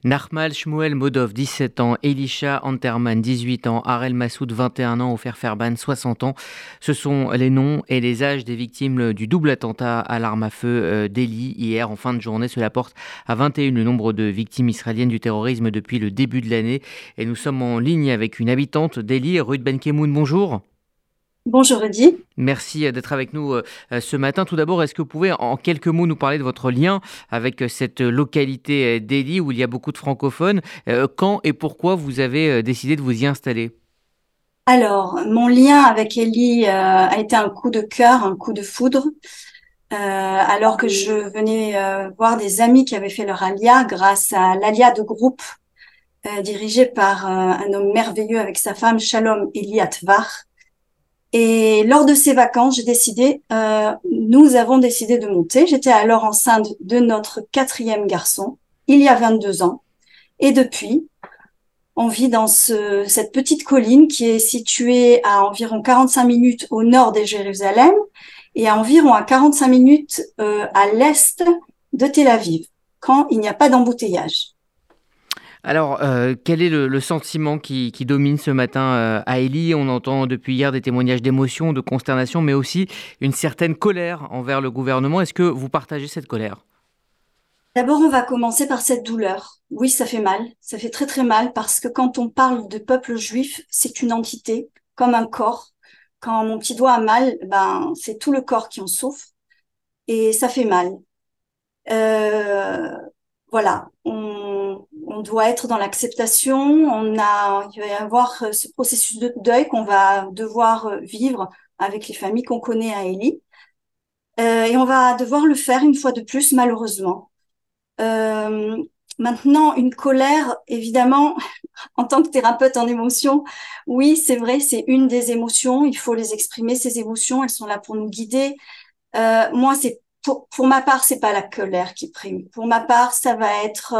Narmal Shmuel Modov, 17 ans, Elisha Anterman, 18 ans, Harel Massoud, 21 ans, Ofer Ferban, 60 ans. Ce sont les noms et les âges des victimes du double attentat à l'arme à feu d'Eli hier en fin de journée. Cela porte à 21 le nombre de victimes israéliennes du terrorisme depuis le début de l'année. Et nous sommes en ligne avec une habitante d'Eli, Ruth Benkemoun. Bonjour. Bonjour Rudy. Merci d'être avec nous ce matin. Tout d'abord, est-ce que vous pouvez en quelques mots nous parler de votre lien avec cette localité d'Ely où il y a beaucoup de francophones? Quand et pourquoi vous avez décidé de vous y installer? Alors, mon lien avec Ellie a été un coup de cœur, un coup de foudre, alors que je venais voir des amis qui avaient fait leur alia grâce à l'alia de groupe dirigé par un homme merveilleux avec sa femme Shalom Eli Atvar. Et lors de ces vacances, nous avons décidé de monter. J'étais alors enceinte de notre quatrième garçon, il y a 22 ans. Et depuis, on vit dans cette petite colline qui est située à environ 45 minutes au nord de Jérusalem et à environ à 45 minutes à l'est de Tel Aviv, quand il n'y a pas d'embouteillage. Alors, quel est le sentiment qui domine ce matin à Élie? On entend depuis hier des témoignages d'émotion, de consternation, mais aussi une certaine colère envers le gouvernement. Est-ce que vous partagez cette colère? D'abord, on va commencer par cette douleur. Oui, ça fait mal, ça fait très très mal parce que quand on parle de peuple juif, c'est une entité, comme un corps. Quand mon petit doigt a mal, ben c'est tout le corps qui en souffre et ça fait mal. Euh, voilà, on doit être dans l'acceptation. Il va y avoir ce processus de deuil qu'on va devoir vivre avec les familles qu'on connaît à Élie. Et on va devoir le faire une fois de plus, malheureusement. Euh, Maintenant, une colère, évidemment, en tant que thérapeute en émotion, oui, c'est vrai, c'est une des émotions. Il faut les exprimer, ces émotions. Elles sont là pour nous guider. Moi, pour ma part, c'est pas la colère qui prime. Pour ma part, ça va être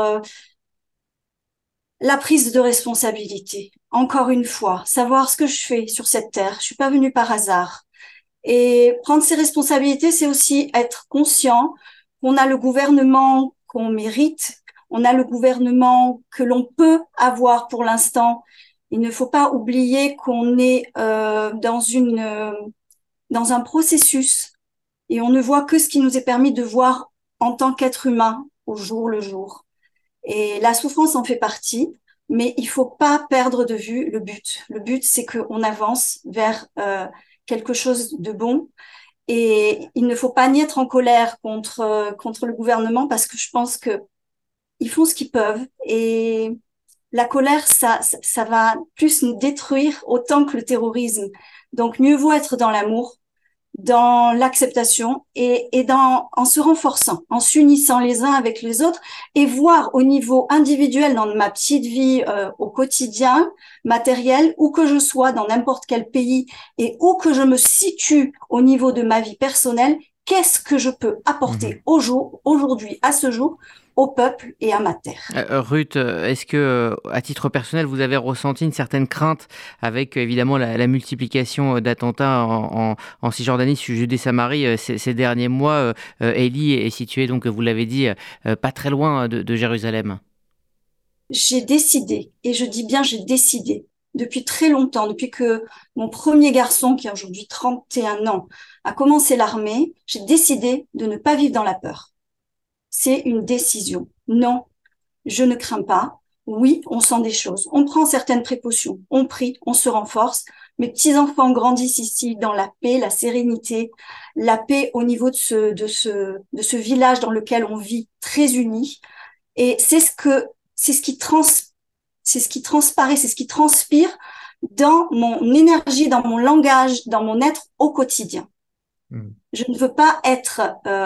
la prise de responsabilité. Encore une fois, savoir ce que je fais sur cette terre. Je suis pas venue par hasard. Et prendre ses responsabilités, c'est aussi être conscient qu'on a le gouvernement qu'on mérite, on a le gouvernement que l'on peut avoir pour l'instant. Il ne faut pas oublier qu'on est dans un processus et on ne voit que ce qui nous est permis de voir en tant qu'être humain au jour le jour. Et la souffrance en fait partie, mais il faut pas perdre de vue le but. Le but, c'est qu'on avance vers quelque chose de bon. Et il ne faut pas ni être en colère contre le gouvernement parce que je pense que ils font ce qu'ils peuvent. Et la colère, ça va plus nous détruire autant que le terrorisme. Donc, mieux vaut être dans l'amour, dans l'acceptation en se renforçant, en s'unissant les uns avec les autres et voir au niveau individuel dans ma petite vie au quotidien, matériel, où que je sois dans n'importe quel pays et où que je me situe au niveau de ma vie personnelle, qu'est-ce que je peux apporter aujourd'hui, à ce jour, au peuple et à ma terre. Ruth, est-ce que, à titre personnel, vous avez ressenti une certaine crainte avec évidemment la multiplication d'attentats en Cisjordanie, sur Judée-Samarie ces derniers mois? Élie est située, donc, vous l'avez dit, pas très loin de Jérusalem. J'ai décidé, et je dis bien j'ai décidé, depuis très longtemps, depuis que mon premier garçon, qui a aujourd'hui 31 ans, a commencé l'armée, j'ai décidé de ne pas vivre dans la peur. C'est une décision. Non, je ne crains pas. Oui, on sent des choses. On prend certaines précautions. On prie, on se renforce. Mes petits-enfants grandissent ici dans la paix, la sérénité, la paix au niveau de ce village dans lequel on vit très unis. Et c'est ce qui trans, c'est ce qui transparaît, c'est ce qui transpire dans mon énergie, dans mon langage, dans mon être au quotidien. Mm. Je ne veux pas être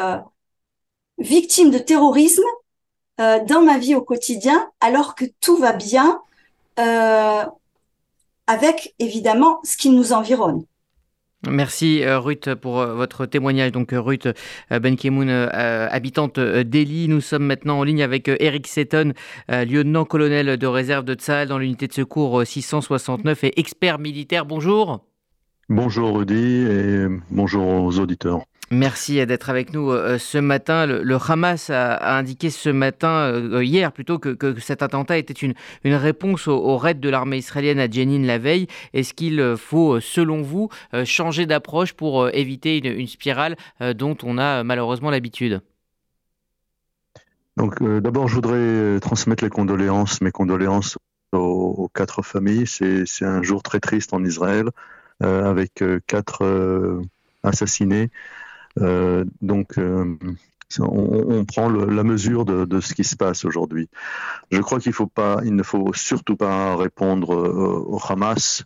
victime de terrorisme dans ma vie au quotidien, alors que tout va bien euh, avec évidemment ce qui nous environne. Merci Ruth pour votre témoignage. Donc Ruth Benkemoun, habitante d'Ely. Nous sommes maintenant en ligne avec Eric Seton, lieutenant-colonel de réserve de Tsahal dans l'unité de secours 669 et expert militaire. Bonjour. Bonjour Rudy et bonjour aux auditeurs. Merci d'être avec nous ce matin. Le Hamas a indiqué ce matin, hier plutôt, que cet attentat était une réponse au raid de l'armée israélienne à Jenin la veille. Est-ce qu'il faut, selon vous, changer d'approche pour éviter une spirale dont on a malheureusement l'habitude? Donc, d'abord, je voudrais transmettre mes condoléances aux quatre familles. C'est un jour très triste en Israël, avec quatre assassinés. On prend la mesure de ce qui se passe aujourd'hui. Je crois il ne faut surtout pas répondre au Hamas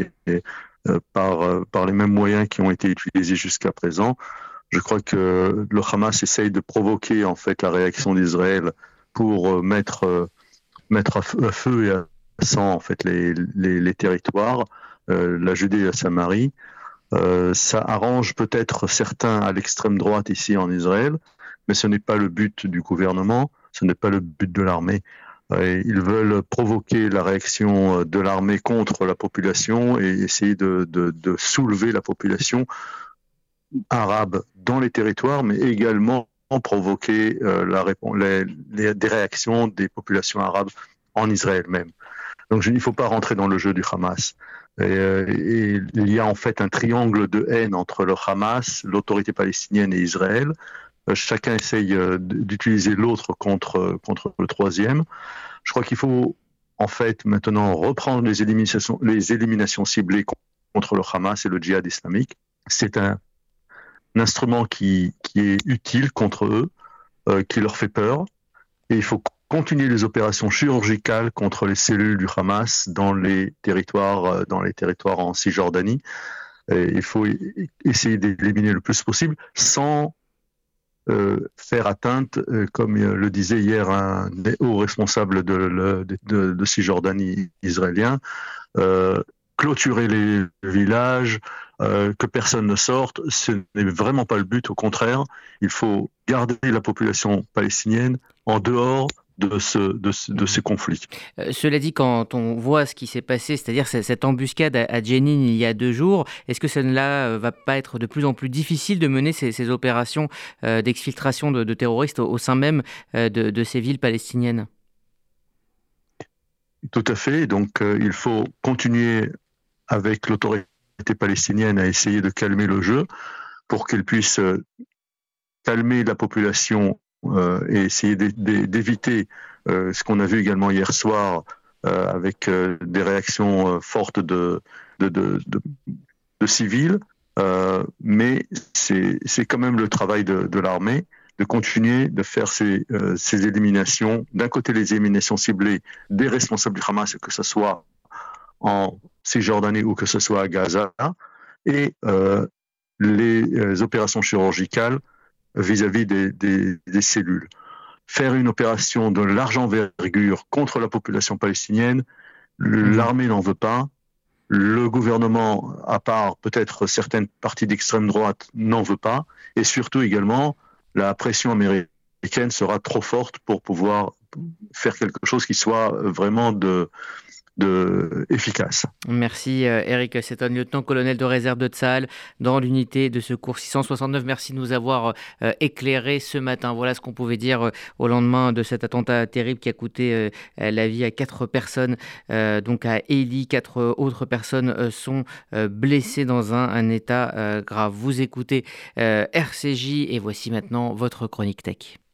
par les mêmes moyens qui ont été utilisés jusqu'à présent. Je crois que le Hamas essaye de provoquer en fait la réaction d'Israël pour mettre à feu et à sang en fait les territoires, la Judée et la Samarie. Ça arrange peut-être certains à l'extrême droite ici en Israël, mais ce n'est pas le but du gouvernement, ce n'est pas le but de l'armée. Ils veulent provoquer la réaction de l'armée contre la population et essayer de soulever la population arabe dans les territoires, mais également provoquer des réactions des populations arabes en Israël même. Donc il ne faut pas rentrer dans le jeu du Hamas. Et il y a en fait un triangle de haine entre le Hamas, l'autorité palestinienne et Israël. Chacun essaye d'utiliser l'autre contre le troisième. Je crois qu'il faut en fait maintenant reprendre les éliminations ciblées contre le Hamas et le djihad islamique. C'est un instrument qui est utile contre eux, qui leur fait peur. Et il faut continuer les opérations chirurgicales contre les cellules du Hamas dans les territoires en Cisjordanie. Et il faut essayer d'éliminer le plus possible sans faire atteinte, comme le disait hier un des hauts responsables de Cisjordanie israélien, clôturer les villages, que personne ne sorte. Ce n'est vraiment pas le but, au contraire. Il faut garder la population palestinienne en dehors de ces conflits. Cela dit, quand on voit ce qui s'est passé, c'est-à-dire cette embuscade à Jenin il y a 2 jours, est-ce que cela va pas être de plus en plus difficile de mener ces opérations d'exfiltration de terroristes au sein même de ces villes palestiniennes? Tout à fait. Donc, il faut continuer avec l'autorité palestinienne à essayer de calmer le jeu pour qu'elle puisse calmer la population et essayer d'éviter ce qu'on a vu également hier soir avec des réactions fortes de civils. Mais c'est quand même le travail de l'armée de continuer de faire ces éliminations. D'un côté, les éliminations ciblées des responsables du Hamas, que ce soit en Cisjordanie ou que ce soit à Gaza, et les opérations chirurgicales vis-à-vis des cellules. Faire une opération de large envergure contre la population palestinienne, l'armée n'en veut pas, le gouvernement, à part peut-être certaines parties d'extrême droite, n'en veut pas, et surtout également, la pression américaine sera trop forte pour pouvoir faire quelque chose qui soit vraiment efficace. Merci Eric Seton, lieutenant-colonel de réserve de Tsahal dans l'unité de secours 669. Merci de nous avoir éclairé ce matin. Voilà ce qu'on pouvait dire au lendemain de cet attentat terrible qui a coûté la vie à 4 personnes, donc à Élie. 4 autres personnes sont blessées dans un état grave. Vous écoutez RCJ et voici maintenant votre chronique tech.